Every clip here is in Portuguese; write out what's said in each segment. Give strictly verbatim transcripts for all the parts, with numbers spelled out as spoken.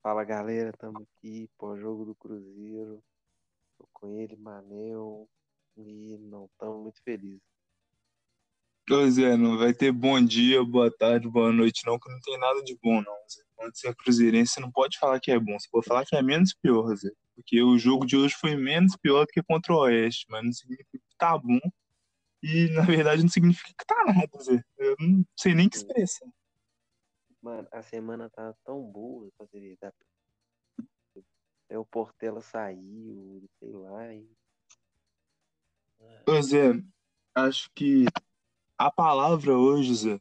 Fala galera, tamo aqui, pós-jogo do Cruzeiro. Tô com ele, Manel, e não estamos muito felizes. Pois é, não vai ter bom dia, boa tarde, boa noite, não, que não tem nada de bom, não, Zé. Quando você é cruzeirense, você não pode falar que é bom, você pode falar que é menos pior, Zé. Porque o jogo de hoje foi menos pior do que contra o Oeste, mas não significa que tá bom e, na verdade, não significa que tá nada, Zé. Eu não sei nem que Sim. expressão. Mano, a semana tá tão boa, poderia dar. É, o Portela saiu, sei lá. E... Pois é, acho que a palavra hoje, Zé,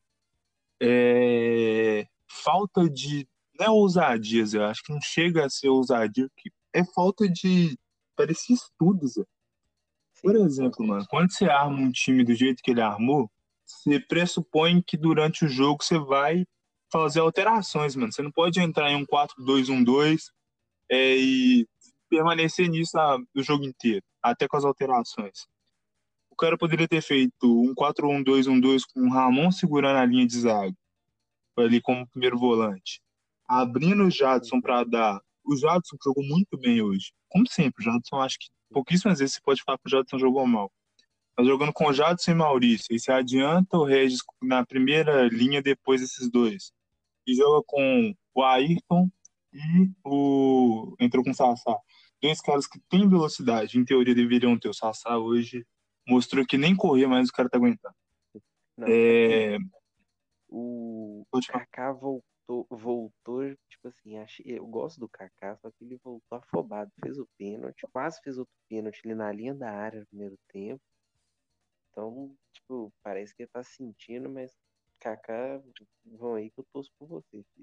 é falta de. Não é ousadia, Zé. Eu acho que não chega a ser ousadia, que é falta de. Parecia estudo, Zé. Por Sim, exemplo, mano, quando você arma um time do jeito que ele armou, você pressupõe que durante o jogo você vai fazer alterações, mano. Você não pode entrar em um quatro dois um dois é, e permanecer nisso a- o jogo inteiro, até com as alterações. O cara poderia ter feito um quatro um dois um dois com o Ramon segurando a linha de zaga, ali como primeiro volante, abrindo o Jadson uhum, para dar. O Jadson jogou muito bem hoje. Como sempre, o Jadson acho que pouquíssimas vezes você pode falar que o Jadson jogou mal. Tá jogando com o Jadson e Maurício. E se adianta o Regis na primeira linha depois desses dois. E joga com o Ayrton e o. Entrou com o Sassá. Dois caras que têm velocidade, em teoria deveriam ter. O Sassá hoje mostrou que nem correr mais o cara tá aguentando. não, aqui, É... o Pode falar. Kaká voltou, voltou, tipo assim, achei, eu gosto do Kaká, só que ele voltou afobado, fez o pênalti, quase fez outro pênalti ali na linha da área no primeiro tempo. Então, tipo, parece que ele tá sentindo, mas Kaká, vão aí que eu torço por você, filho.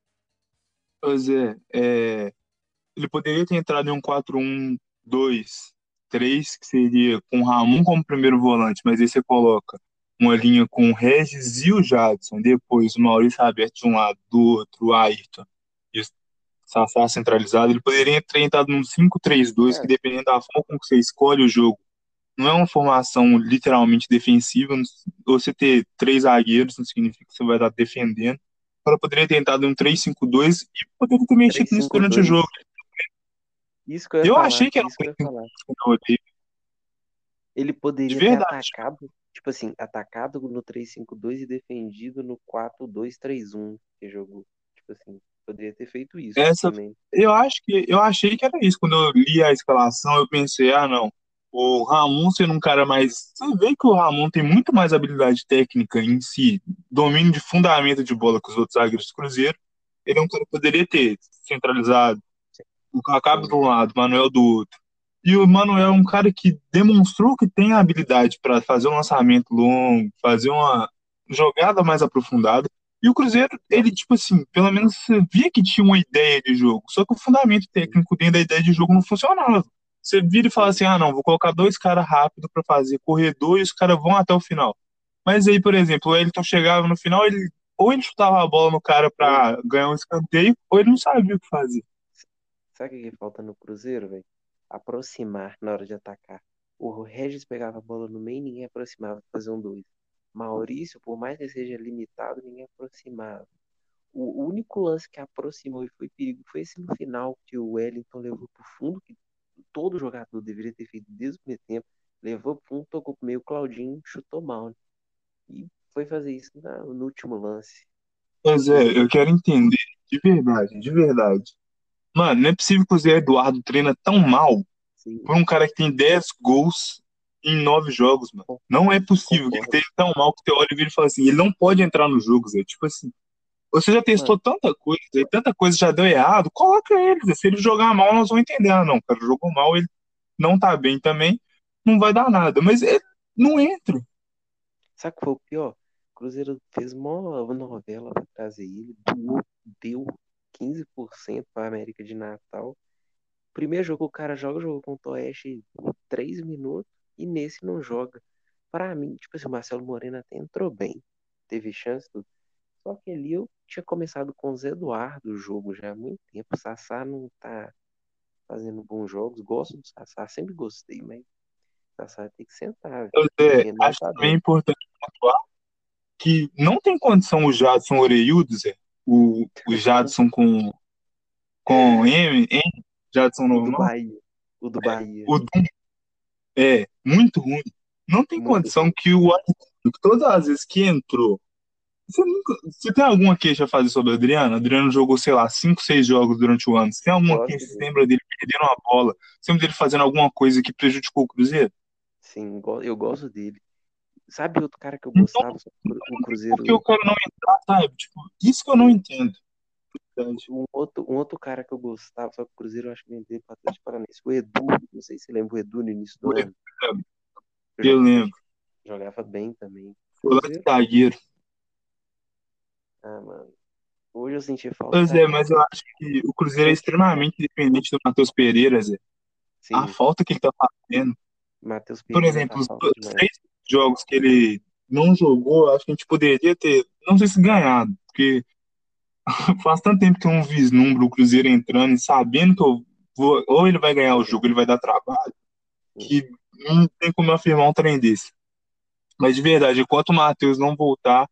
Pois é, é, ele poderia ter entrado em um quatro um dois três, que seria com o Ramon como primeiro volante, mas aí você coloca uma linha com o Regis e o Jadson, depois o Maurício aberto de um lado, do outro, o Ayrton e o Sassá centralizado. Ele poderia ter entrado num cinco três dois, que É, dependendo da forma com que você escolhe o jogo, não é uma formação literalmente defensiva. Você ter três zagueiros não significa que você vai estar defendendo. Ela poderia ter tentado um três cinco dois e poderia ter mexido nisso durante o jogo. três cinco dois. Isso que eu ia Eu falar, achei que era isso um que eu ia três cinco falar. dois quando eu olhei. Ele De poderia ter verdade. atacado, tipo assim, atacado no três cinco dois e defendido no quatro dois três um que jogou. Tipo assim, poderia ter feito isso Essa, também. eu acho que eu achei que era isso. Quando eu li a escalação, eu pensei, ah, não. O Ramon sendo um cara mais. Você vê que o Ramon tem muito mais habilidade técnica em si, domínio de fundamento de bola que os outros zagueiros do Cruzeiro. Ele é um cara que poderia ter centralizado. O Kaká Sim, do lado, o Manuel do outro. E o Manuel é um cara que demonstrou que tem a habilidade para fazer um lançamento longo, fazer uma jogada mais aprofundada. E o Cruzeiro, não, ele, tipo assim, pelo menos você via que tinha uma ideia de jogo, só que o fundamento sim, técnico dentro da ideia de jogo não funcionava. Você vira e fala sim. assim: ah, não, vou colocar dois caras rápido para fazer corredor e os caras vão até o final. Mas aí, por exemplo, o Elton chegava no final, ele ou ele chutava a bola no cara Ou, para ganhar um escanteio, ou ele não sabia o que fazer. sabe o que que falta no Cruzeiro, velho? Aproximar na hora de atacar. O Regis pegava a bola no meio e ninguém aproximava pra fazer um dois. Maurício, por mais que seja limitado, ninguém aproximava. O único lance que aproximou e foi perigo foi esse no final, que o Wellington levou pro fundo, que todo jogador deveria ter feito desde o primeiro tempo. Levou pro fundo, tocou pro meio, o Claudinho chutou mal, né? E foi fazer isso na- no último lance. Pois é, eu E, quero entender de verdade, de verdade. Mano, não é possível que o Zé Eduardo treina tão mal sim, por um cara que tem dez gols em nove jogos, mano. Não é possível que ele concordo. treine tão mal que você olha e vira e fala assim, ele não pode entrar nos jogos, Zé. Tipo assim, você já Mano, testou tanta coisa, Zé, tanta coisa já deu errado, coloca ele, Zé. Se ele jogar mal, nós vamos entender. Ah, não, o cara jogou mal, ele não tá bem também, não vai dar nada. Mas ele não entra. sabe o que foi o pior? O Cruzeiro fez uma novela pra trazer ele, doou, deu quinze por cento pra América de Natal. Primeiro jogo o cara joga, jogou contra o Oeste três minutos e nesse não joga. Pra mim, tipo assim, o Marcelo Moreno até entrou bem, teve chance, tudo. Só que ali eu tinha começado com o Zé Eduardo o jogo já há muito tempo. O Sassá não tá fazendo bons jogos. Gosto do Sassá, sempre gostei, mas o Sassá tem que sentar, Pois é, porque não acho tá também dando. importante pontuar que não tem condição o Jadson Oreiudo, Zé, o, o Jadson com com M, M, Jadson O do normal. Bahia. O do Bahia. O Dum é muito ruim. Não tem Muito condição ruim. que o Adriano, que todas as vezes que entrou. Você, nunca, você tem alguma queixa a fazer sobre o Adriano? O Adriano jogou, sei lá, cinco, seis jogos durante o ano. Você tem alguma queixa? Gosto Você dele. lembra dele perdendo uma bola? Você lembra dele fazendo alguma coisa que prejudicou o Cruzeiro? Sim, go- eu gosto dele. Sabe outro cara que eu Então, gostava? Só que o por que o Cruzeiro. cara não entrar, sabe? Tipo, isso que eu não Sim. entendo. Verdade. Um outro, um outro cara que eu gostava, só que o Cruzeiro eu acho que vendeu para o Atlético Paranaense. O Edu, não sei se você lembra o Edu no início do ano. Eu Jo- lembro. Jogava bem também. Foi lá de Cruzeiro, zagueiro. ah, mano. Hoje eu senti falta Pois é, da. mas eu acho que o Cruzeiro é Senti, extremamente dependente do Matheus Pereira, Zé. A sim, falta que ele tá fazendo. Matheus Por Pereira tá exemplo, os falta dois- demais. três jogos que ele não jogou, acho que a gente poderia ter, não sei se ganhado, porque faz tanto tempo que eu não vislumbro o Cruzeiro entrando e sabendo que eu vou, ou ele vai ganhar o Vai jogo, ganhar. ele vai dar trabalho, Sim, que não tem como eu afirmar um trem desse. Mas de verdade, enquanto o Matheus não voltar,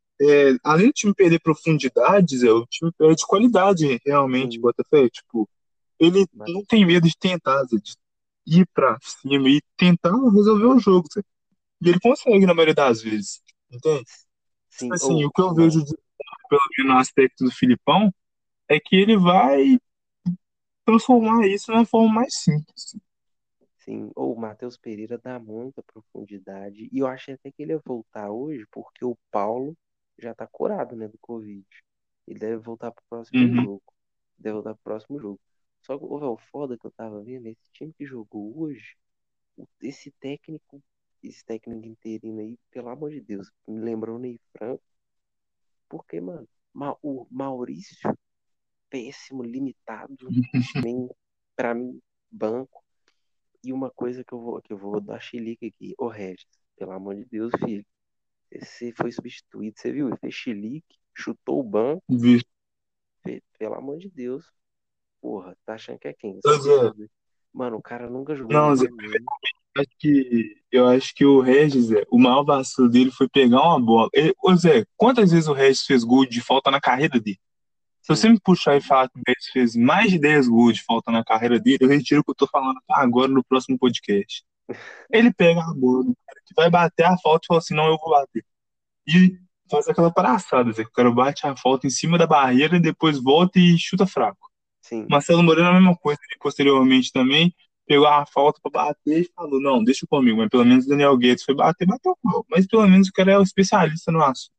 é, além do time perder profundidades, é, o time perde qualidade realmente, sim, Botafé. Tipo, ele mas- não tem medo de tentar, Zé, de ir pra cima e tentar resolver o jogo, Zé. E ele consegue na maioria das vezes, entende? Tipo sim, assim, ou o que eu uma, vejo, de, pelo menos no aspecto do Filipão, é que ele vai transformar isso numa forma mais simples. sim, ou o Matheus Pereira dá muita profundidade. E eu achei até que ele ia voltar hoje, porque o Paulo já tá curado, né, do Covid. Ele deve voltar pro próximo Uhum. jogo. Deve voltar pro próximo jogo. Só que, ô, véio, o foda que eu tava vendo, esse time que jogou hoje, o- esse técnico, esse técnico interino aí, pelo amor de Deus, me lembrou o Ney Franco, porque, mano, Ma- o Maurício, péssimo, limitado, nem pra mim, banco. E uma coisa que eu vou, que eu vou dar chilique aqui, ô Regis, pelo amor de Deus, filho, você foi substituído, você viu? Ele fez chilique, chutou o banco, Vi- fe- pelo amor de Deus, porra, tá achando que é quem? Só Pois porque é. o. Mano, o cara nunca jogou em Não, Zé, lugar nenhum. acho que, eu acho que o Regis, Zé, o maior vacilo dele foi pegar uma bola. Ele, ô Zé, quantas vezes o Regis fez gol de falta na carreira dele? Se você Sim, me puxar e falar que o Regis fez mais de dez gols de falta na carreira dele, eu retiro o que eu tô falando agora no próximo podcast. Ele pega a bola do cara que vai bater a falta e fala assim: não, eu vou bater. E faz aquela palhaçada, Zé, que o cara bate a falta em cima da barreira e depois volta e chuta fraco. sim, Marcelo Moreno é a mesma coisa, ele posteriormente também pegou a falta para bater e falou: não, deixa comigo, mas pelo menos o Daniel Guedes foi bater, bateu mal. Mas pelo menos o cara é o especialista no assunto.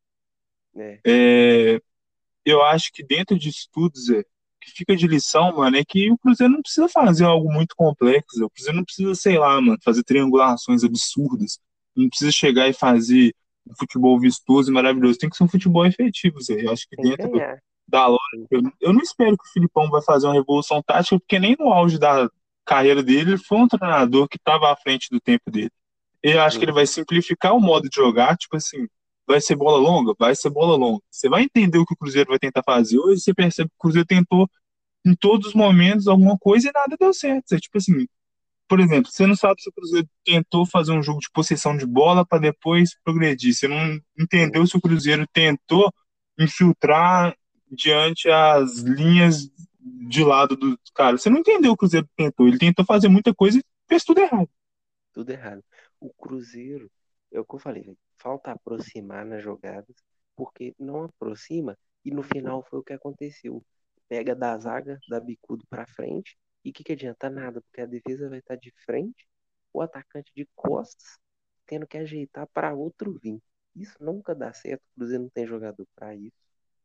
é, É, eu acho que dentro de estudos, é, que fica de lição, mano, é que o Cruzeiro não precisa fazer algo muito complexo. O Cruzeiro não precisa, sei lá, mano, fazer triangulações absurdas. Não precisa chegar e fazer um futebol vistoso e maravilhoso. Tem que ser um futebol efetivo, Zé. Eu acho que tem que dentro ganhar. da lógica, Tem- eu eu não espero que o Filipão vai fazer uma revolução tática, porque nem no auge da carreira dele ele foi um treinador que estava à frente do tempo dele. Eu acho que ele Sim, vai simplificar o modo de jogar, tipo assim, vai ser bola longa? Vai ser bola longa. Você vai entender o que o Cruzeiro vai tentar fazer. Hoje você percebe que o Cruzeiro tentou em todos os momentos alguma coisa e nada deu certo. É tipo assim, por exemplo, você não sabe se o Cruzeiro tentou fazer um jogo de possessão de bola para depois progredir. Você não sim, entendeu se o Cruzeiro tentou infiltrar diante as linhas de lado do cara. Você não entendeu o que o Cruzeiro tentou. Ele tentou fazer muita coisa e fez tudo errado. tudo errado. O Cruzeiro, é o que eu falei, velho, falta aproximar nas jogadas, porque não aproxima, e no final foi o que aconteceu. Pega da zaga, dá bicudo pra frente, e o que, que adianta nada, porque a defesa vai estar de frente, o atacante de costas, tendo que ajeitar para outro vir. Isso nunca dá certo, o Cruzeiro não tem jogador para isso.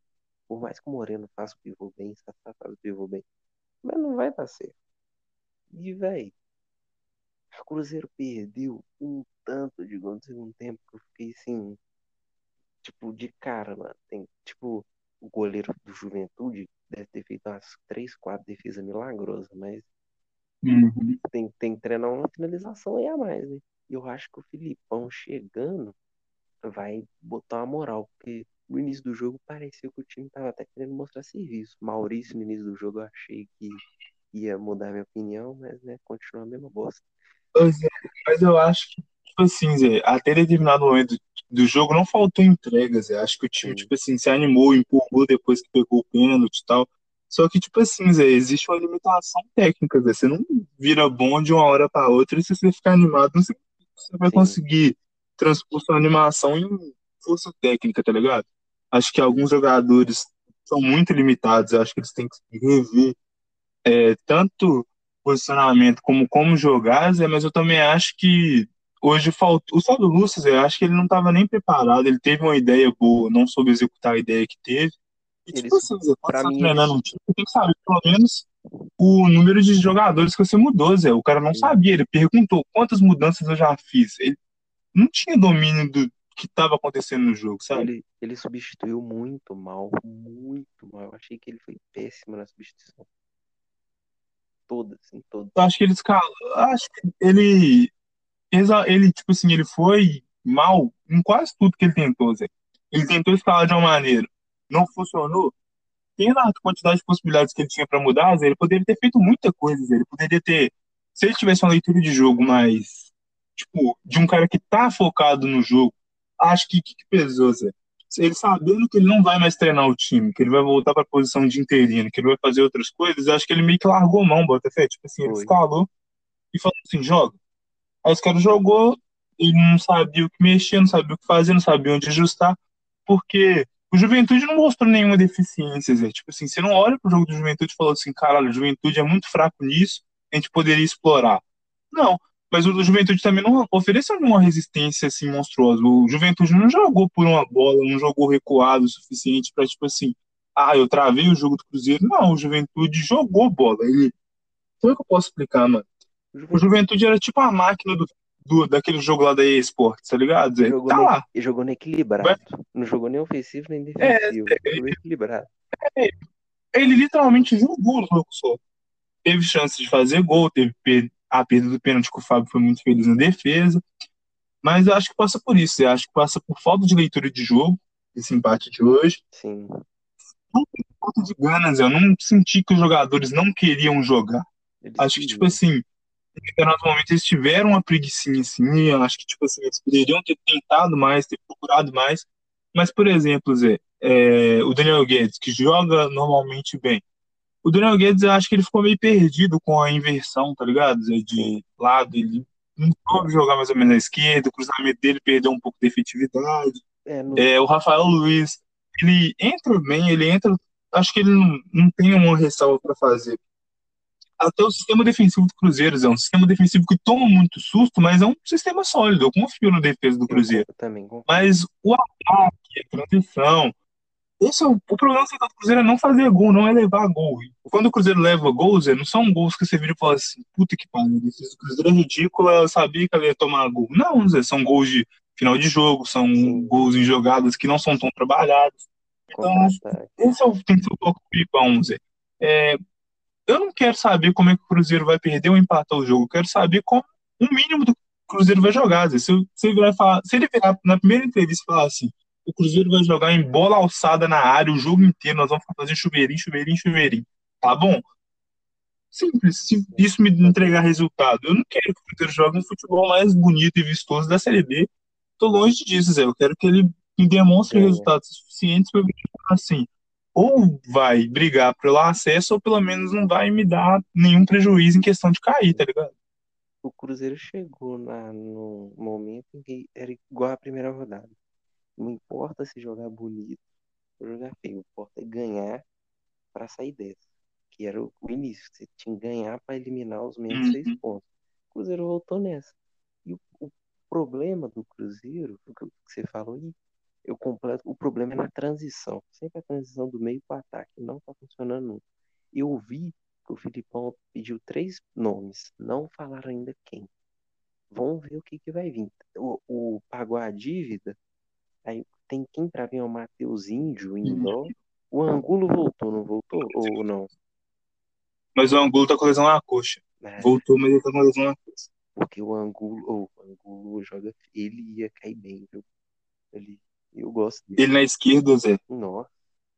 Por mais que o Moreno faça o pivô bem, Safá faz o pivô bem, mas não vai dar certo. E, velho, o Cruzeiro perdeu um tanto de gol no segundo tempo que eu fiquei assim, tipo, de cara, mano. Tem, tipo, o goleiro do Juventude deve ter feito umas três, quatro defesas milagrosas, mas Uhum. tem, tem que treinar uma finalização aí a mais, né? E eu acho que o Filipão chegando vai botar uma moral, porque no início do jogo parecia que o time tava até querendo mostrar serviço. Maurício, no início do jogo, eu achei que ia mudar minha opinião, mas, né, continua a mesma bosta. Pois é, mas eu acho que, tipo assim, Zé, até determinado momento do, do jogo não faltou entrega, Zé. Acho que o time, Sim, tipo assim, se animou, empurrou depois que pegou o pênalti e tal. Só que, tipo assim, Zé, existe uma limitação técnica, Zé. Você não vira bom de uma hora para outra e se você ficar animado, não sei se você vai Sim, conseguir transpor sua animação em força técnica, tá ligado? Acho que alguns jogadores são muito limitados, eu acho que eles têm que rever é, tanto posicionamento como como jogar, Zé, mas eu também acho que hoje faltou. O Fábio Lúcio, Zé, eu acho que ele não estava nem preparado, ele teve uma ideia boa, não soube executar a ideia que teve. E tipo eles, assim, Zé, quando para você tá mim, treinando eles, um time, você tem que saber pelo menos o número de jogadores que você mudou, Zé. O cara não sim, sabia, ele perguntou quantas mudanças eu já fiz. Ele não tinha domínio do que estava acontecendo no jogo, sabe? ele, ele substituiu muito mal, muito mal. Eu achei que ele foi péssimo na substituição. Todas, em todas. Eu acho que ele escalou, acho que ele, exa- ele, tipo assim, ele foi mal em quase tudo que ele tentou, Zé. Ele tentou escalar de uma maneira, não funcionou. Tendo a quantidade de possibilidades que ele tinha para mudar, Zé, ele poderia ter feito muita coisa, Zé. Ele poderia ter, se ele tivesse uma leitura de jogo mais, tipo, de um cara que tá focado no jogo, acho que que, que pesou, Zé. Ele sabendo que ele não vai mais treinar o time, que ele vai voltar para a posição de interino, que ele vai fazer outras coisas, acho que ele meio que largou mão, Botafé. Tipo assim, ele Foi. escalou e falou assim: joga. Aí os caras jogou, ele não sabia o que mexer, não sabia o que fazer, não sabia onde ajustar, porque o Juventude não mostrou nenhuma deficiência, Zé. Tipo assim, você não olha pro jogo do Juventude e fala assim, caralho, o Juventude é muito fraco nisso, a gente poderia explorar. Não, mas o do Juventude também não ofereceu nenhuma resistência assim monstruosa. O Juventude não jogou por uma bola, não jogou recuado o suficiente para tipo assim, ah, eu travei o jogo do Cruzeiro. Não, o Juventude jogou bola. Ele, como é que eu posso explicar, mano? O O Juventude Juventude era tipo a máquina do, do, daquele jogo lá da E A Sports, tá ligado, Zé? jogou, Tá no, lá. jogou no Vai- equilibrado. Não jogou nem ofensivo nem É, defensivo. Jogou equilibrado. é, ele literalmente jogou o jogo só. Teve chance de fazer gol, teve per- a perda do pênalti que o Fábio foi muito feliz na defesa. Mas eu acho que passa por isso. Eu acho que passa por falta de leitura de jogo, esse empate de hoje. Sim, Falta de ganas, eu não senti que os jogadores não queriam jogar. eles Acho que, tipo queriam. assim, em determinados momentos eles tiveram uma preguicinha assim, eu acho que, tipo assim, eles poderiam ter tentado mais, ter procurado mais. Mas, por exemplo, Zé, é, o Daniel Guedes, que joga normalmente bem. O Daniel Guedes, eu acho que ele ficou meio perdido com a inversão, tá ligado, Zé, Sim. de lado. Ele não soube jogar mais ou menos à esquerda, o cruzamento dele perdeu um pouco de efetividade. É, no, É, o Rafael Luiz, ele entra bem, ele entra. Acho que ele não, não tem uma ressalva para fazer. Até o sistema defensivo do Cruzeiro, Zé, é um sistema defensivo que toma muito susto, mas é um sistema sólido. Eu confio na defesa do eu, co- Cruzeiro. eu também confio. Mas o ataque, a transição, esse é o, o problema do Cruzeiro é não fazer gol, não é levar gol. E quando o Cruzeiro leva gols, Zé, não são gols que você vira e fala assim, puta que pariu, a defesa do Cruzeiro é ridícula, eu sabia que ela ia tomar gol. Não, Zé, são gols de final de jogo, são Sim, gols em jogadas que não são tão trabalhadas. Então, acho que contra-ataque. esse é o, tem que ser o foco principal, Zé. É, eu não quero saber como é que o Cruzeiro vai perder ou empatar o jogo. Eu quero saber como o mínimo do Cruzeiro vai jogar. Se, eu- se ele vai falar, se ele virar na primeira entrevista e falar assim, o Cruzeiro vai jogar em bola alçada na área o jogo inteiro, nós vamos fazer chuveirinho, chuveirinho, chuveirinho. Tá bom? Simples. Se isso me entregar resultado. Eu não quero que o Cruzeiro jogue um futebol mais bonito e vistoso da Série B. Tô longe disso, Zé. Eu quero que ele me demonstre Ganha. resultados suficientes para eu falar assim, ou vai brigar pelo acesso, ou pelo menos não vai me dar nenhum prejuízo em questão de cair, tá ligado? O Cruzeiro chegou na, no momento em que era igual à primeira rodada. Não importa se jogar bonito ou jogar feio, importa é ganhar para sair dessa. Que era o, o início. Você tinha que ganhar para eliminar os menos seis Uhum. pontos. O Cruzeiro voltou nessa. E o, o problema do Cruzeiro, o que você falou aí, eu completo. O problema é na transição. Sempre a transição do meio para o ataque. Não está funcionando nunca. Eu vi que o Filipão pediu três nomes. Não falaram ainda quem. Vamos ver o que, que vai vir. O, o pagou a dívida. Aí tem quem para vir é o Matheus Índio em dó. O Angulo voltou, não voltou? Ou não? Mas o Angulo tá com lesão na coxa. É, Voltou, mas ele tá com lesão na coxa. porque o Angulo, ou o Angulo joga, ele ia cair bem, viu? Ele, eu gosto dele. Ele na esquerda, Zé. Nossa,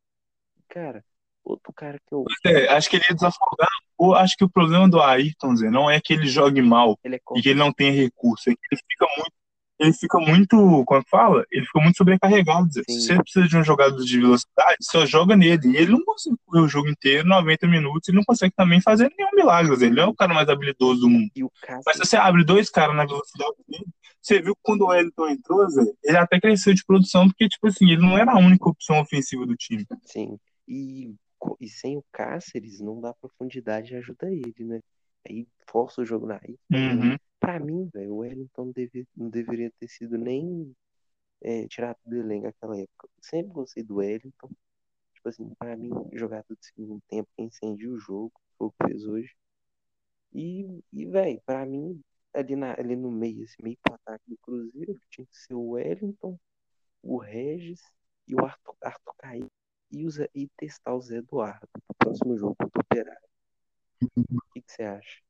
cara, outro cara que eu. É, acho que ele ia desafogar. Ou acho que o problema do Ayrton, Zé, não é que ele jogue mal Ele é e que ele não correto. tenha recurso. É que ele fica muito. ele fica muito, como é que fala? Ele fica muito sobrecarregado, Zé. Se Sim, você precisa de um jogador de velocidade, só joga nele. E ele não consegue correr o jogo inteiro, noventa minutos, ele não consegue também fazer nenhum milagre, Zé. Ele não é o sim. cara mais habilidoso do mundo. E o Mas se Cáceres, você abre dois caras na velocidade dele, você viu que quando o Wellington entrou, Zé, ele até cresceu de produção, porque, tipo assim, ele não era a única opção ofensiva do time. sim. E, co- e sem o Cáceres não dá profundidade e ajuda ele, né? Aí força o jogo na aí, problema. Uhum. Pra mim, velho, o Wellington não, deve, não deveria ter sido nem é, tirado do elenco naquela época. Eu sempre gostei do Wellington. Tipo assim, pra mim, jogador de segundo tempo, quem incendia o jogo, foi o que fez hoje. E, e velho, pra mim, ali, na, ali no meio, esse meio pro ataque do Cruzeiro, tinha que ser o Wellington, o Regis e o Arthur, Arthur Caí e, o Zé- e testar o Zé Eduardo pro próximo jogo contra o Operário. O que que você acha?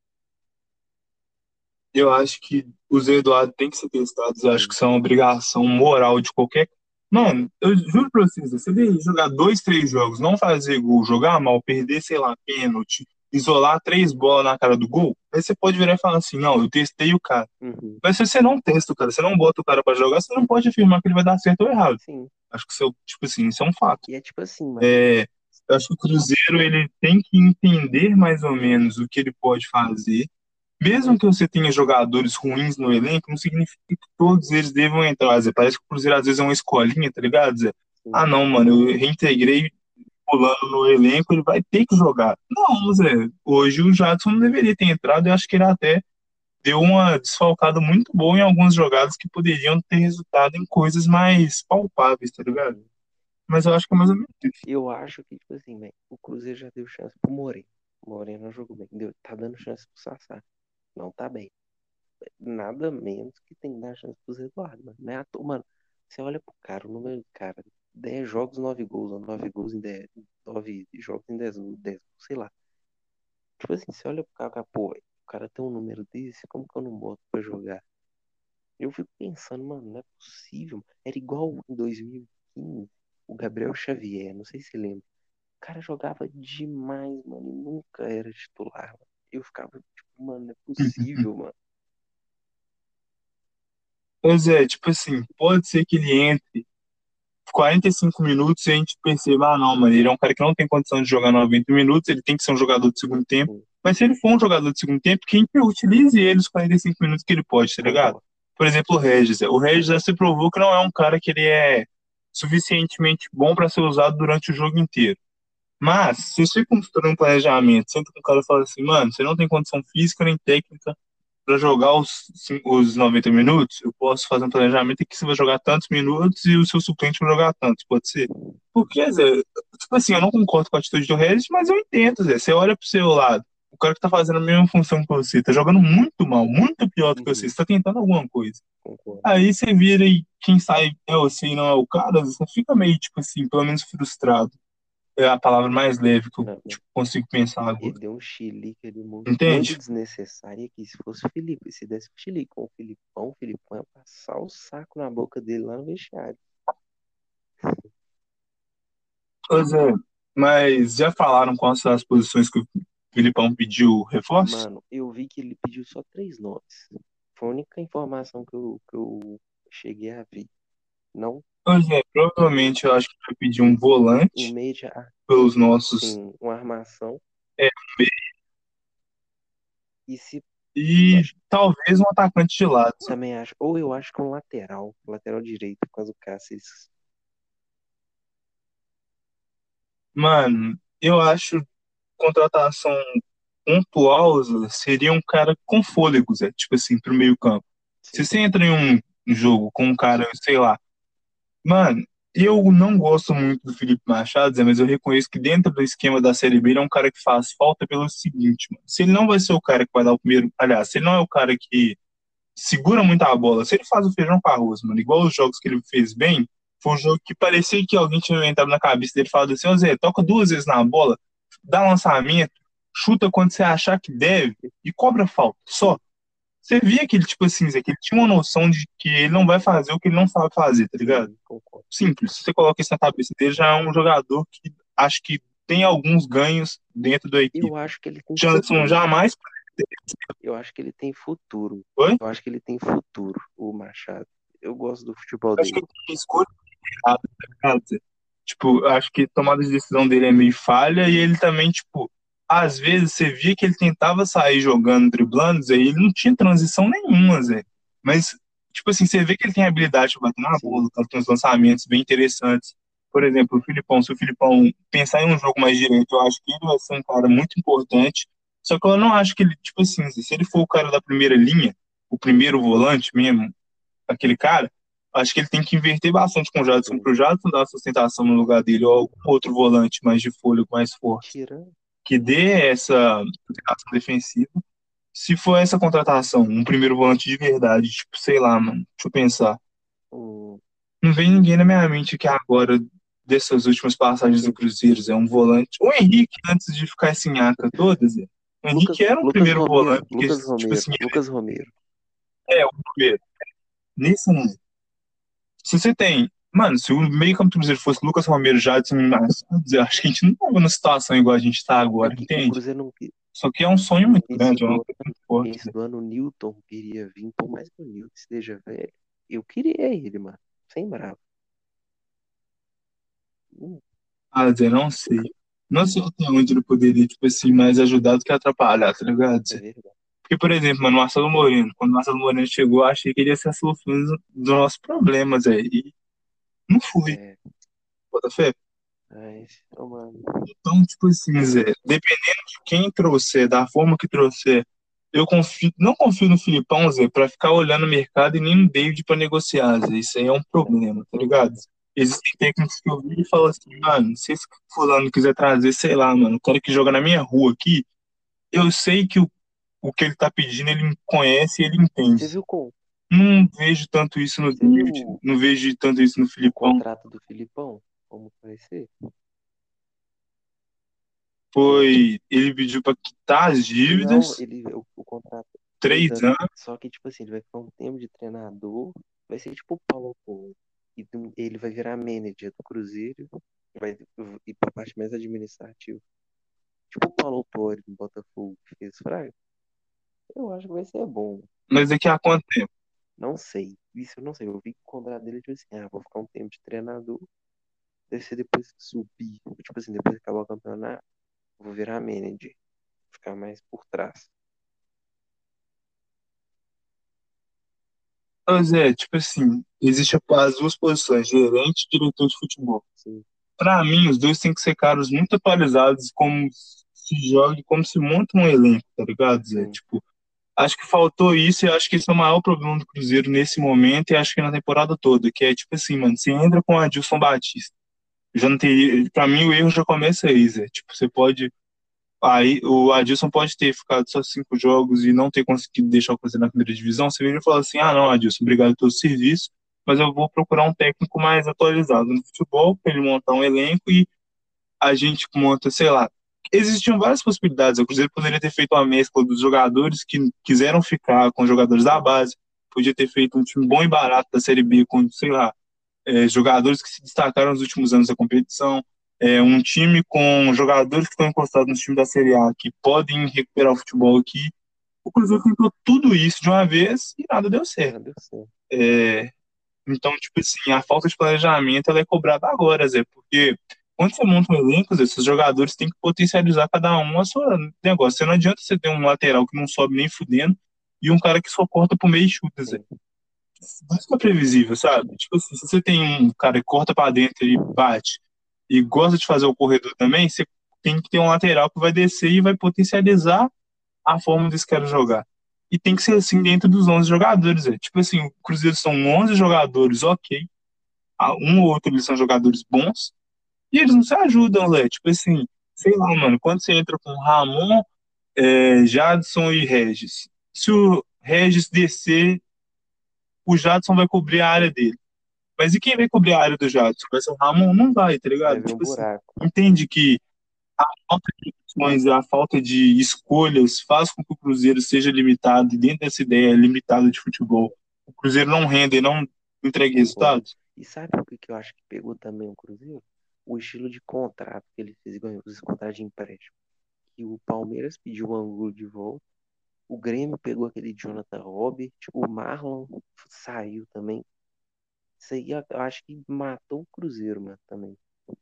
Eu acho que os Eduardo tem que ser testados. Eu acho que Sim. isso é uma obrigação moral de qualquer. Mano, eu juro pra vocês, se ele jogar dois, três jogos, não fazer gol, jogar mal, perder, sei lá, pênalti, isolar três bolas na cara do gol, aí você pode virar e falar assim: não, eu testei o cara. Uhum. Mas se você não testa o cara, você não bota o cara pra jogar, você não pode afirmar que ele vai dar certo ou errado. Sim. Acho que isso é, tipo assim, isso é um fato. E é tipo assim, mano. É, eu acho que o Cruzeiro ele tem que entender mais ou menos o que ele pode fazer. Mesmo que você tenha jogadores ruins no elenco, não significa que todos eles devam entrar, Zé. Parece que o Cruzeiro às vezes é uma escolinha, tá ligado, Zé? Ah, Sim. não, mano, eu reintegrei pulando no elenco, ele vai ter que jogar. Não, Zé, hoje o Jadson não deveria ter entrado, eu acho que ele até deu uma desfalcada muito boa em algumas jogadas que poderiam ter resultado em coisas mais palpáveis, tá ligado? Uhum. Mas eu acho que é mais ou menos isso. Eu acho que, tipo assim, velho, o Cruzeiro já deu chance pro Moreno. O Moreno não jogou bem. Deu, tá dando chance pro Sassá. Não tá bem. Nada menos que tem que dar chance pros Eduardo, mano. Não é à toa, mano. Você olha pro cara, o número do cara, dez jogos, nove gols, ou nove gols em dez, nove jogos em dez gols, dez gols, sei lá. Tipo assim, você olha pro cara, pô, o cara tem um número desse, como que eu não boto pra jogar? Eu fico pensando, mano, não é possível. Era igual em dois mil e quinze, o Gabriel Xavier, não sei se você lembra. O cara jogava demais, mano, e nunca era titular, mano. Eu ficava, tipo, mano, não é possível, mano. Pois é, tipo assim, pode ser que ele entre quarenta e cinco minutos e a gente perceba, ah, não, mano, ele é um cara que não tem condição de jogar noventa minutos, ele tem que ser um jogador de segundo tempo. Sim, Mas se ele for um jogador de segundo tempo, quem que utilize ele os quarenta e cinco minutos que ele pode, tá ligado? concordo. Por exemplo, o Regis. O Regis já se provou que não é um cara que ele é suficientemente bom para ser usado durante o jogo inteiro. Mas, se você constrói um planejamento, senta com o cara e fala assim, mano, você não tem condição física nem técnica para jogar os, cin- os noventa minutos, eu posso fazer um planejamento que você vai jogar tantos minutos e o seu suplente vai jogar tantos, pode ser? Porque, Zé, tipo assim, eu não concordo com a atitude do Regis, mas eu entendo, Zé. Você olha pro seu lado, o cara que tá fazendo a mesma função que você, tá jogando muito mal, muito pior do que você, Uhum, você tá tentando alguma coisa. concordo. Aí você vira e quem sai é você e não é o cara, você fica meio, tipo assim, pelo menos frustrado. É a palavra mais leve que eu Não, tipo, consigo pensar agora. ele deu um chilique ali muito, muito Entende? desnecessário aqui. Se fosse o Felipe, se desse um chilique com o Filipão, o Filipão ia passar o saco na boca dele lá no vestiário. Pois é, mas já falaram quais são as posições que o Filipão pediu reforço? Mano, eu vi que ele pediu só três nomes. Foi a única informação que eu, que eu cheguei a ver. Não Pois é, provavelmente eu acho que vai pedir um um volante meio de, ah, pelos nossos. sim, uma armação. É, E se eu e acho, talvez um atacante de lado. também acho, ou eu acho que um lateral, lateral direito, por causa do Cáceres. Mano, eu acho contratação pontual Zé, seria um cara com fôlego, Zé, tipo assim, pro meio campo. Se Sim, você entra em um jogo com um cara, sei lá, mano, eu não gosto muito do Felipe Machado, Zé, mas eu reconheço que dentro do esquema da Série B ele é um cara que faz falta pelo seguinte, mano. Se ele não vai ser o cara que vai dar o primeiro. Aliás, se ele não é o cara que segura muito a bola, se ele faz o feijão com arroz, mano, igual os jogos que ele fez bem, foi um jogo que parecia que alguém tinha entrado na cabeça dele e falado assim: Ô Zé, toca duas vezes na bola, dá lançamento, chuta quando você achar que deve e cobra falta. Só. Você via que ele, tipo assim, Zé, que ele tinha uma noção de que ele não vai fazer o que ele não sabe fazer, tá ligado? sim, concordo. Simples. Se você coloca isso na cabeça dele, já é um jogador que acho que tem alguns ganhos dentro da Eu equipe. acho que ele tem Janderson futuro. jamais. Eu acho que ele tem futuro. Foi? Eu acho que ele tem futuro, o Machado. Eu gosto do futebol Acho que dele. ele tem escolha errada, tá ligado? Tipo, acho que a tomada de decisão dele é meio falha e ele também, tipo, às vezes você via que ele tentava sair jogando, driblando, Zé, e ele não tinha transição nenhuma, Zé. Mas, tipo assim, você vê que ele tem habilidade de bater na Sim, bola, que ele tem uns lançamentos bem interessantes. Por exemplo, o Filipão, se o Filipão pensar em um jogo mais direito, eu acho que ele vai ser um cara muito importante. Só que eu não acho que ele, tipo assim, se ele for o cara da primeira linha, o primeiro volante mesmo, aquele cara, acho que ele tem que inverter bastante com o Jadson, sim. para o Jadson dar sustentação no lugar dele, ou algum outro volante mais de fôlego, mais forte, Tirando que dê essa sustentação defensiva. Se for essa contratação, um primeiro volante de verdade, tipo, sei lá, mano, deixa eu pensar. o Não vem ninguém na minha mente que agora, dessas últimas passagens do aquele Cruzeiro, é um volante. O Henrique, antes de ficar esse nhaca todas, é. O Henrique Lucas, era um Lucas primeiro volante, Romero, porque, Lucas tipo Romero, assim, Lucas Romero. é o primeiro. Nesse Se você tem. Mano, se o meio-campo do Cruzeiro fosse Lucas Romero, Jadson, mas, acho que a gente não tava numa situação igual a gente tá É agora, que o entende? Cruzeiro não, que- Só que é um sonho no muito início grande, é do uma ano, coisa muito no forte, início né? do ano, o Newton queria vir, por mais que o Newton esteja velho. Eu queria ele, mano. Sem bravo. Hum, Ah, Zé, não sei. Não sei até onde ele poderia, tipo assim, mais ajudar do que atrapalhar, tá ligado, é Zé? verdade. Porque, por exemplo, mano, o Marcelo Moreno, quando o Marcelo Moreno chegou, eu achei que ele ia ser a solução dos nossos problemas, aí. E não foi, É, bota fé. mas, ô, mano, Então, tipo assim, Zé, dependendo de quem trouxer, da forma que trouxer, eu confio, não confio no Filipão, Zé, pra ficar olhando o mercado e nem no David pra negociar, Zé. Isso aí é um é um problema, tá ligado? problema. Existem técnicos que eu vi e falam assim, mano, se esse fulano quiser trazer, sei lá, mano, o cara que joga na minha rua aqui, eu sei que o, o que ele tá pedindo ele conhece e ele entende. Você viu, com, Não vejo tanto isso no você viu David, o, não vejo tanto isso no o Filipão. contrato do Filipão? Como que vai ser? Foi, ele pediu pra quitar as Não, dívidas, ele, o, o contrato é três três anos. anos. Só que, tipo assim, ele vai ficar um tempo de treinador. Vai ser tipo o Paulo Couto. E do- ele vai virar manager do Cruzeiro. Vai ir pra parte mais administrativa. Tipo o Paulo Autori do Botafogo que fez Fraga. Eu acho que vai ser bom. Mas daqui a quanto tempo? Não sei. Isso eu não sei. Eu vi que o contrato dele, tipo assim, ah, vou ficar um tempo de treinador. Deve ser depois que subir. Tipo assim, depois que acabar o campeonato, vou virar manager. Ficar mais por trás. Mas é, tipo assim, existe as duas posições, gerente e diretor de futebol. Sim, Pra mim, os dois têm que ser caras muito atualizados, como se joga e como se monta um elenco, tá ligado, Zé? sim, Tipo, acho que faltou isso e acho que esse é o maior problema do Cruzeiro nesse momento e acho que na temporada toda, que é tipo assim, mano, você entra com o Adilson Batista. Já não teria, pra mim o erro já começa aí, Zé. Tipo, você pode Aí o Adilson pode ter ficado só cinco jogos e não ter conseguido deixar o Cruzeiro na primeira divisão. Você vira e fala assim: ah, não, Adilson, obrigado pelo serviço, mas eu vou procurar um técnico mais atualizado no futebol para ele montar um elenco e a gente monta, sei lá. Existiam várias possibilidades. O Cruzeiro poderia ter feito uma mescla dos jogadores que quiseram ficar com os jogadores da sim. base, podia ter feito um time bom e barato da Série B com, sei lá, é, jogadores que se destacaram nos últimos anos da competição, é, um time com jogadores que estão encostados no time da Série A, que podem recuperar o futebol aqui. O Cruzeiro tentou tudo isso de uma vez e nada deu certo. Nada deu certo. É, então, tipo assim, a falta de planejamento ela é cobrada agora, Zé, porque quando você monta um elenco, Zé, esses jogadores têm que potencializar cada um a sua negócio. Você não adianta você ter um lateral que não sobe nem fudendo e um cara que só corta pro meio e chuta, Zé. Sim, Isso é previsível, sabe? Tipo assim, se você tem um cara que corta pra dentro e bate e gosta de fazer o corredor também, você tem que ter um lateral que vai descer e vai potencializar a forma desse cara jogar. E tem que ser assim dentro dos onze jogadores. É. Tipo assim, o Cruzeiro são onze jogadores, ok. Um ou outro eles são jogadores bons. E eles não se ajudam, Lé. Tipo assim, sei lá, mano, quando você entra com Ramon, é, Jadson e Regis. Se o Regis descer, o Jadson vai cobrir a área dele. Mas e quem vai cobrir a área do Jadson? Vai ser o Ramon? Não vai, tá vai ligado? vir um Tipo assim, buraco. entende que a falta de opções, a falta de escolhas faz com que o Cruzeiro seja limitado, e dentro dessa ideia limitada de futebol, o Cruzeiro não renda e não entregue Concordo. resultados. E sabe o que que eu acho que pegou também o Cruzeiro? O estilo de contrato que ele fez, ganhou os contratos de empréstimo. Que o Palmeiras pediu o Angulo de volta, o Grêmio pegou aquele Jonathan Robert, o Marlon saiu também. Isso aí eu eu acho que matou o Cruzeiro, mano, também.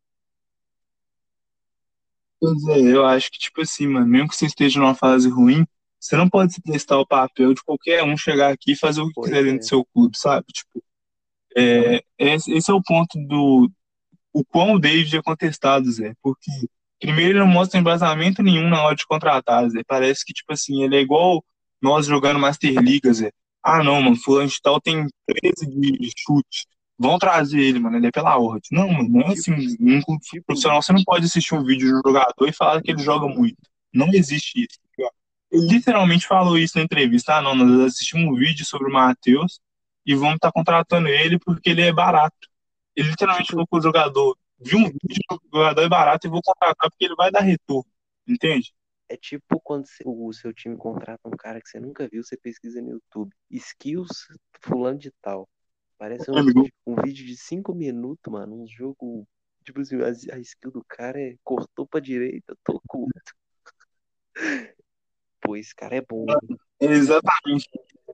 Pois é, eu acho que, tipo assim, mano, mesmo que você esteja numa fase ruim, você não pode se prestar o papel de qualquer um chegar aqui e fazer o que quiser Pois dentro do é. seu clube, sabe? Tipo, é, esse esse é o ponto do o quão o David é contestado, Zé. Porque, primeiro, ele não mostra embasamento nenhum na hora de contratar, Zé. Parece que, tipo assim, ele é igual nós jogando Master League, Zé. Ah, não, mano, fulano de tal tem treze de chute. Vão trazer ele, mano, ele é pela ordem. Não, mano, não é Tipo, assim. Num clube tipo profissional, você isso. não pode assistir um vídeo do jogador e falar que ele joga muito. Não existe isso. Ele literalmente falou isso na entrevista. Ah, não, nós assistimos um vídeo sobre o Matheus e vamos estar contratando ele porque ele é barato. Ele literalmente Tipo, falou pro jogador, viu um vídeo do jogador é barato e vou contratar porque ele vai dar retorno. Entende? é tipo quando cê- o seu time contrata um cara que você nunca viu, você pesquisa no YouTube. Skills fulano de tal. Parece um Amigo, vídeo, um vídeo de cinco minutos, mano. Um jogo. Tipo assim, a, a skill do cara é cortou pra direita, tocou. Pô, esse cara é bom, hein? é exatamente.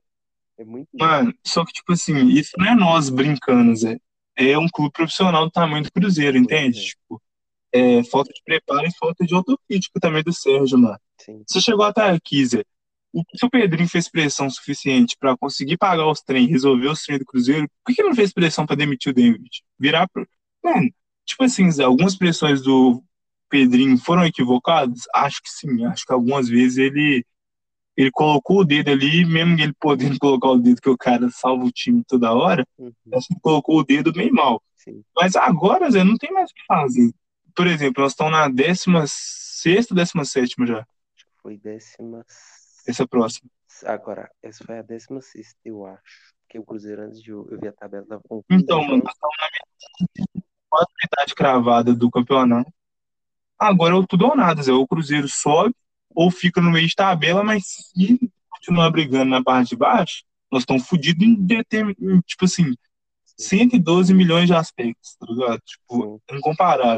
É muito bom. Mano, só que, tipo assim, isso não é nós brincando, Zé. É um clube profissional do tamanho do Cruzeiro, Pois entende? é, Tipo, é falta de preparo e falta de autocrítica também do Sérgio, mano. sim. Você chegou até aqui, Zé. O se o Pedrinho fez pressão suficiente pra conseguir pagar os trem, resolver os trem do Cruzeiro, por que que não fez pressão pra demitir o David? Virar pro... Mano, tipo assim, Zé, algumas pressões do Pedrinho foram equivocadas? Acho que sim. Acho que algumas vezes ele, ele colocou o dedo ali, mesmo ele podendo colocar o dedo que o cara salva o time toda hora, Uhum, acho que ele colocou o dedo bem mal. sim. Mas agora, Zé, não tem mais o que fazer. Por exemplo, nós estamos na décima sexta, décima sétima já, Acho que foi décima. essa próxima. Agora, essa foi a décima sexta, eu acho. Que o Cruzeiro, antes de eu eu ver a tabela, tava com quinze Então, mano, jogos. nós estamos quase metade cravada do campeonato. Agora é o tudo ou nada, Zé. O Cruzeiro sobe ou fica no meio de tabela, mas se continuar brigando na parte de baixo, nós estamos fodidos em, determin- em, tipo assim, Sim, cento e doze milhões de aspectos, tá ligado? Tipo, sim. incomparável.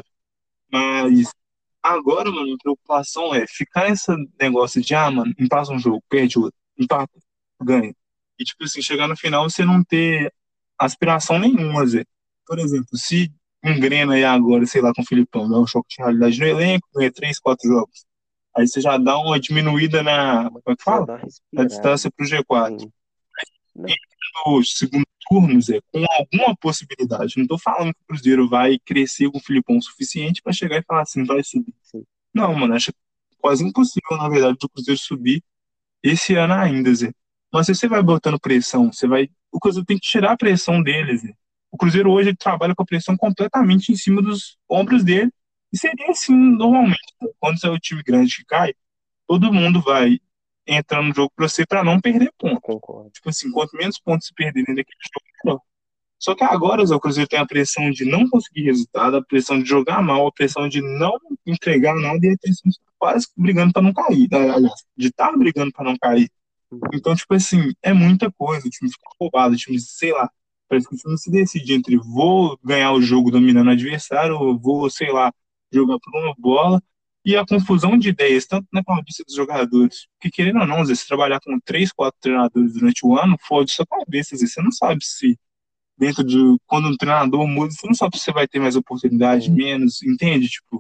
Mas agora, mano, a preocupação é ficar nesse negócio de, ah, mano, empata um jogo, perde outro, empata, ganha. E, tipo assim, chegar no final você não ter aspiração nenhuma, Zé. Por exemplo, se engrena aí agora, sei lá, com o Filipão, dá um choque de realidade no elenco, ganha três, quatro jogos. Aí você já dá uma diminuída na, como é que Já fala? dá uma Na respirada. distância pro G quatro. Sim. Não, No segundo turno, Zé, com alguma possibilidade. Não tô falando que o Cruzeiro vai crescer com o Filipão o suficiente para chegar e falar assim, vai subir. sim. Não, mano, acho quase impossível, na verdade, do Cruzeiro subir esse ano ainda, Zé. Mas se você vai botando pressão, você vai. O Cruzeiro tem que tirar a pressão dele, Zé. O Cruzeiro hoje ele trabalha com a pressão completamente em cima dos ombros dele. E seria assim, normalmente. Né? Quando é o time grande que cai, todo mundo vai entrar no jogo pra você para não perder ponto. Concordo. Tipo assim, quanto menos pontos se perderem daquele jogo, melhor. Só que agora, Zé, o Cruzeiro tem a pressão de não conseguir resultado, a pressão de jogar mal, a pressão de não entregar nada e a pressão de estar quase brigando para não cair. né? Aliás, de estar brigando para não cair. Uhum. Então, tipo assim, é muita coisa. O time fica roubado, o time, sei lá, parece que o time se decide entre vou ganhar o jogo dominando o adversário ou vou, sei lá, jogar por uma bola. E a confusão de ideias, tanto na cabeça dos jogadores. Porque, querendo ou não, às vezes, se trabalhar com três, quatro treinadores durante o ano, fode sua cabeça. Às vezes, você não sabe se dentro de quando um treinador muda, você não sabe se você vai ter mais oportunidade, Sim. menos, entende? Tipo,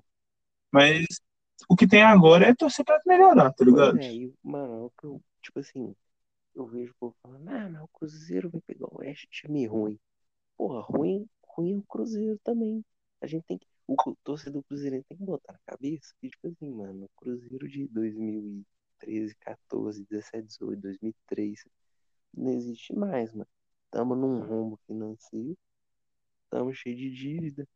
mas o que tem agora é torcer pra melhorar, tá Pois ligado? é, e, mano, é o que eu, tipo assim, eu vejo o povo falando, ah, mas o Cruzeiro vai pegar o Oeste, time ruim. Porra, ruim, ruim é o Cruzeiro também. A gente tem que, o cu- torcedor cruzeirense tem que botar na cabeça que, tipo assim, mano, o Cruzeiro de dois mil e treze, quatorze, dezessete, dezoito, dois mil e três, não existe mais, mano. Tamo num rombo financeiro, tamo cheio de dívida,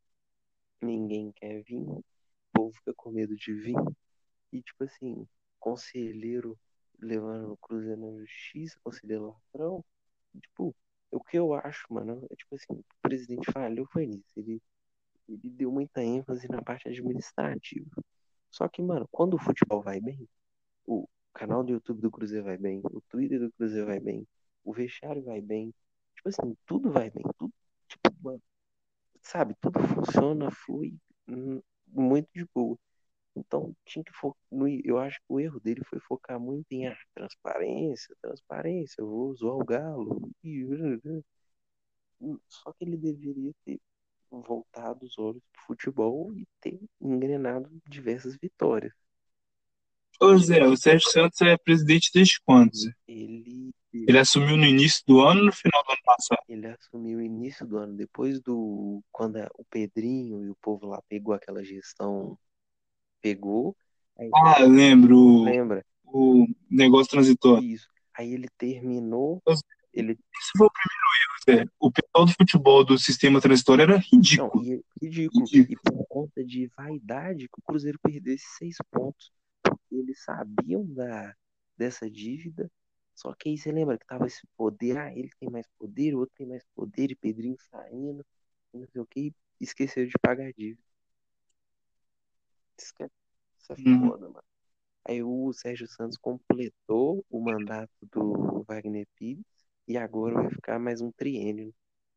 ninguém quer vir, o povo fica com medo de vir. E, tipo assim, conselheiro levando o Cruzeiro na justiça, conselheiro ladrão. Tipo, o que eu acho, mano, é tipo assim, o presidente falhou foi nisso. Ele, ele deu muita ênfase na parte administrativa. Só que, mano, quando o futebol vai bem, o canal do YouTube do Cruzeiro vai bem, o Twitter do Cruzeiro vai bem, o vestiário vai bem. Tipo assim, tudo vai bem. Tudo, tipo, mano, sabe, tudo funciona, flui hum, muito de boa. Então, tinha que focar. Eu acho que o erro dele foi focar muito em ah, transparência, transparência, eu vou zoar o galo. Só que ele deveria ter voltado os olhos pro futebol e ter engrenado diversas vitórias. Ô Zé, o Sérgio Santos é presidente desde quando, Zé? Ele, Ele assumiu no início do ano ou no final do ano passado? ele assumiu o início do ano, depois do quando a- o Pedrinho e o povo lá pegou aquela gestão, pegou, aí, Ah, eu lembro lembra? o, o negócio transitório. Isso. Aí ele terminou, Ô, Zé, ele esse foi o primeiro, Zé. O pessoal do futebol do sistema transitório era não, ridículo. e é ridículo. E Ridículo. por conta de vaidade que o Cruzeiro perdeu esses seis pontos. Porque eles sabiam da, dessa dívida. Só que aí você lembra que tava esse poder, ah, ele tem mais poder, o outro tem mais poder, e Pedrinho saindo, e não sei o que, e esqueceu de pagar a dívida. Isso que é, isso é Uhum. foda, mano. Aí o Sérgio Santos completou o mandato do Wagner Pires e agora vai ficar mais um triênio.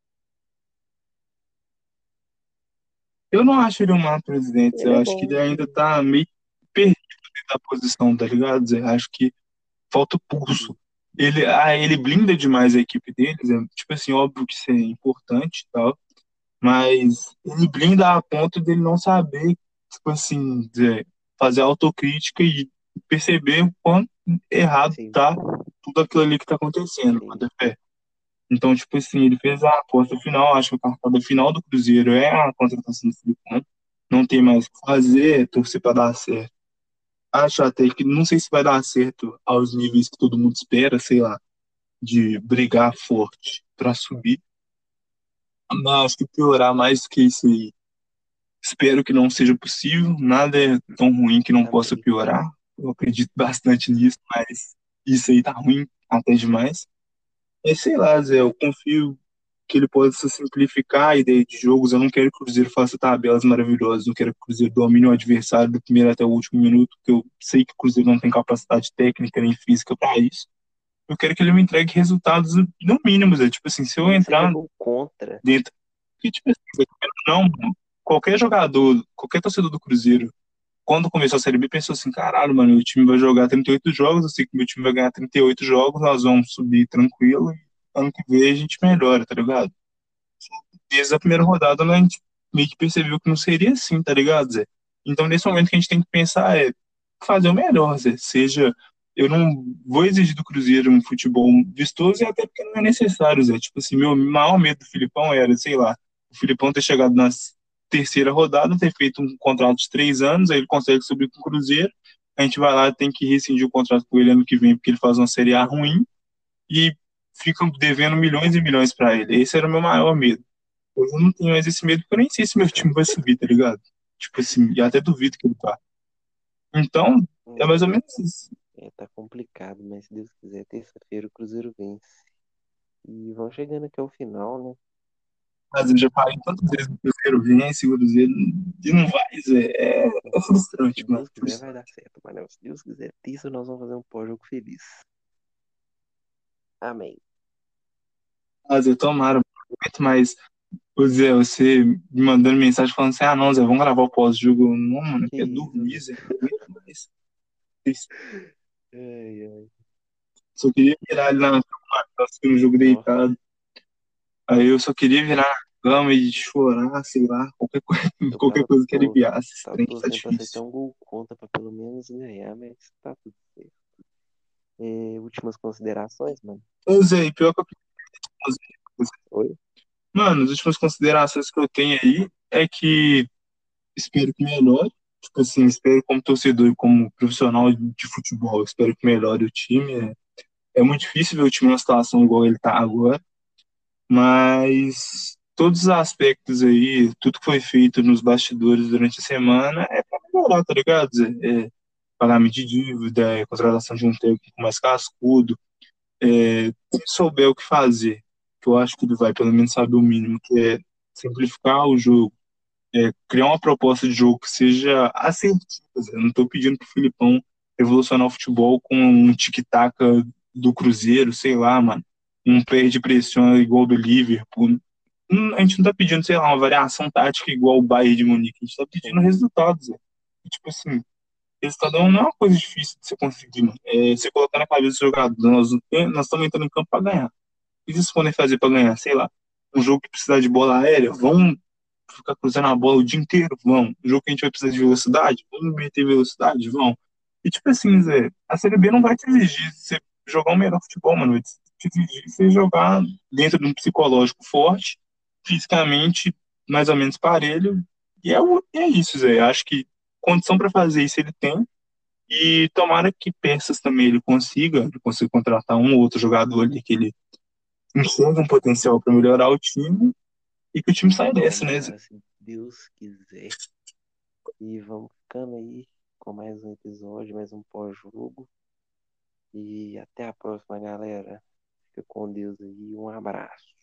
Eu não acho ele um mau presidente, Ele eu é acho que ele bom, ainda ele tá meio perdido da posição, tá ligado, Zé? Acho que falta pulso. sim, Ele, ah, ele blinda demais a equipe deles, é, tipo assim, óbvio que isso é importante e tal, mas ele blinda a ponto dele não saber, tipo assim, Zé, fazer autocrítica e perceber o quão errado sim, tá tudo aquilo ali que tá acontecendo, sim, bota fé. Então, tipo assim, ele fez a aposta final, acho que a cartada final do Cruzeiro é a contratação do Filipão. Não tem mais o que fazer, é torcer para dar certo. Acho até que não sei se vai dar certo aos níveis que todo mundo espera, sei lá, de brigar forte para subir. Mas acho que piorar mais do que isso aí. Espero que não seja possível. Nada é tão ruim que não possa também. piorar. Eu acredito bastante nisso, mas isso aí tá ruim até demais. Mas sei lá, Zé, eu confio que ele possa simplificar a ideia de jogos. Eu não quero que o Cruzeiro faça tabelas maravilhosas, não quero que o Cruzeiro domine o adversário do primeiro até o último minuto, porque eu sei que o Cruzeiro não tem capacidade técnica nem física para isso. Eu quero que ele me entregue resultados no mínimo, Zé. Tipo assim, se eu Nem que seja entrar gol contra. dentro. Porque, tipo assim, Zé, não, qualquer jogador, qualquer torcedor do Cruzeiro, quando começou a Série B, pensou assim: caralho, mano, o time vai jogar trinta e oito jogos, eu sei que meu time vai ganhar trinta e oito jogos, nós vamos subir tranquilo, e ano que vem a gente Sim, melhora, tá ligado? Desde a primeira rodada, né, a gente meio que percebeu que não seria assim, tá ligado, Zé? Então, nesse momento que a gente tem que pensar é fazer o melhor, Zé. Seja, eu não vou exigir do Cruzeiro um futebol vistoso, e até porque não é necessário, Zé. Tipo assim, meu maior medo do Filipão era, sei lá, o Filipão ter chegado na terceira rodada, ter feito um contrato de três anos, aí ele consegue subir com o Cruzeiro, a gente vai lá, tem que rescindir o contrato com ele ano que vem, porque ele faz uma Série A ruim, e ficam devendo milhões e milhões para ele. Esse era o meu maior medo. Eu não tenho mais esse medo, porque eu nem sei se meu time vai subir, tá ligado? Tipo assim, e até duvido que ele vá. Então, é mais ou é, menos isso. é, tá complicado, mas se Deus quiser, terça-feira o Cruzeiro vence. E vão chegando aqui ao final, né? Mas eu já falei tantas vezes que o Cruzeiro vence, o Cruzeiro e não vai, Zé. É, é Se frustrante, mano. Deus quiser, vai dar Frustrante. certo, Manel. Se Deus quiser, terça nós vamos fazer um pós-jogo feliz. Amém. Mas eu tomara, muito mais. Ô Zé, você me mandando mensagem falando assim: ah, não, Zé, vamos gravar o pós-jogo. Não, mano, eu Que quero isso, dormir, velho. Zé. Não aguento mais. Ai, ai. Só queria virar ali na cama, assistindo o jogo Nó. deitado. Aí eu só queria virar na cama e chorar, sei lá, qualquer coisa, Eu qualquer tava, coisa que tô, aliviasse. Esse tava trem tá torcendo pra você ter difícil. um gol contra pra pelo menos ganhar, mas tá tudo certo. É, últimas considerações, mano? Pois é, e pior que eu... Oi? Mano, as últimas considerações que eu tenho aí é que espero que melhore. Tipo assim, espero como torcedor e como profissional de futebol, espero que melhore o time. É, é muito difícil ver o time numa situação igual ele tá agora, mas todos os aspectos aí, tudo que foi feito nos bastidores durante a semana é pra melhorar, tá ligado, Zé? É, pagamento de dívida, é, contratação de um técnico mais cascudo, é, se souber o que fazer, que eu acho que ele vai pelo menos saber o mínimo, que é simplificar o jogo, é, criar uma proposta de jogo que seja assertiva. Eu não estou pedindo para o Filipão revolucionar o futebol com um tic-tac do Cruzeiro, sei lá, mano, um perde pressão igual do Liverpool. Hum, A gente não está pedindo, sei lá, uma variação tática igual o Bayern de Munique, a gente está pedindo Sim, resultados. É. Tipo assim, Estadão não é uma coisa difícil de você conseguir, mano. É você colocar na cabeça do jogador. Nós, nós estamos entrando em campo para ganhar. O que vocês podem fazer para ganhar? Sei lá. Um jogo que precisa de bola aérea, vamos ficar cruzando a bola o dia inteiro? Vão. Um jogo que a gente vai precisar de velocidade? Vamos meter velocidade? Vão. E tipo assim, Zé, a Série B não vai te exigir você jogar o melhor futebol, mano. Vai te exigir você jogar dentro de um psicológico forte, fisicamente mais ou menos parelho. E é, o- é isso, Zé. Acho que condição para fazer isso ele tem. E tomara que peças também ele consiga, ele consiga contratar um ou outro jogador ali que ele enxerga um potencial para melhorar o time e que o time saia dessa, né, Zé? Tomara, se Deus quiser. E vamos ficando aí com mais um episódio, mais um pós-jogo. E até a próxima, galera. Fica com Deus aí. Um abraço.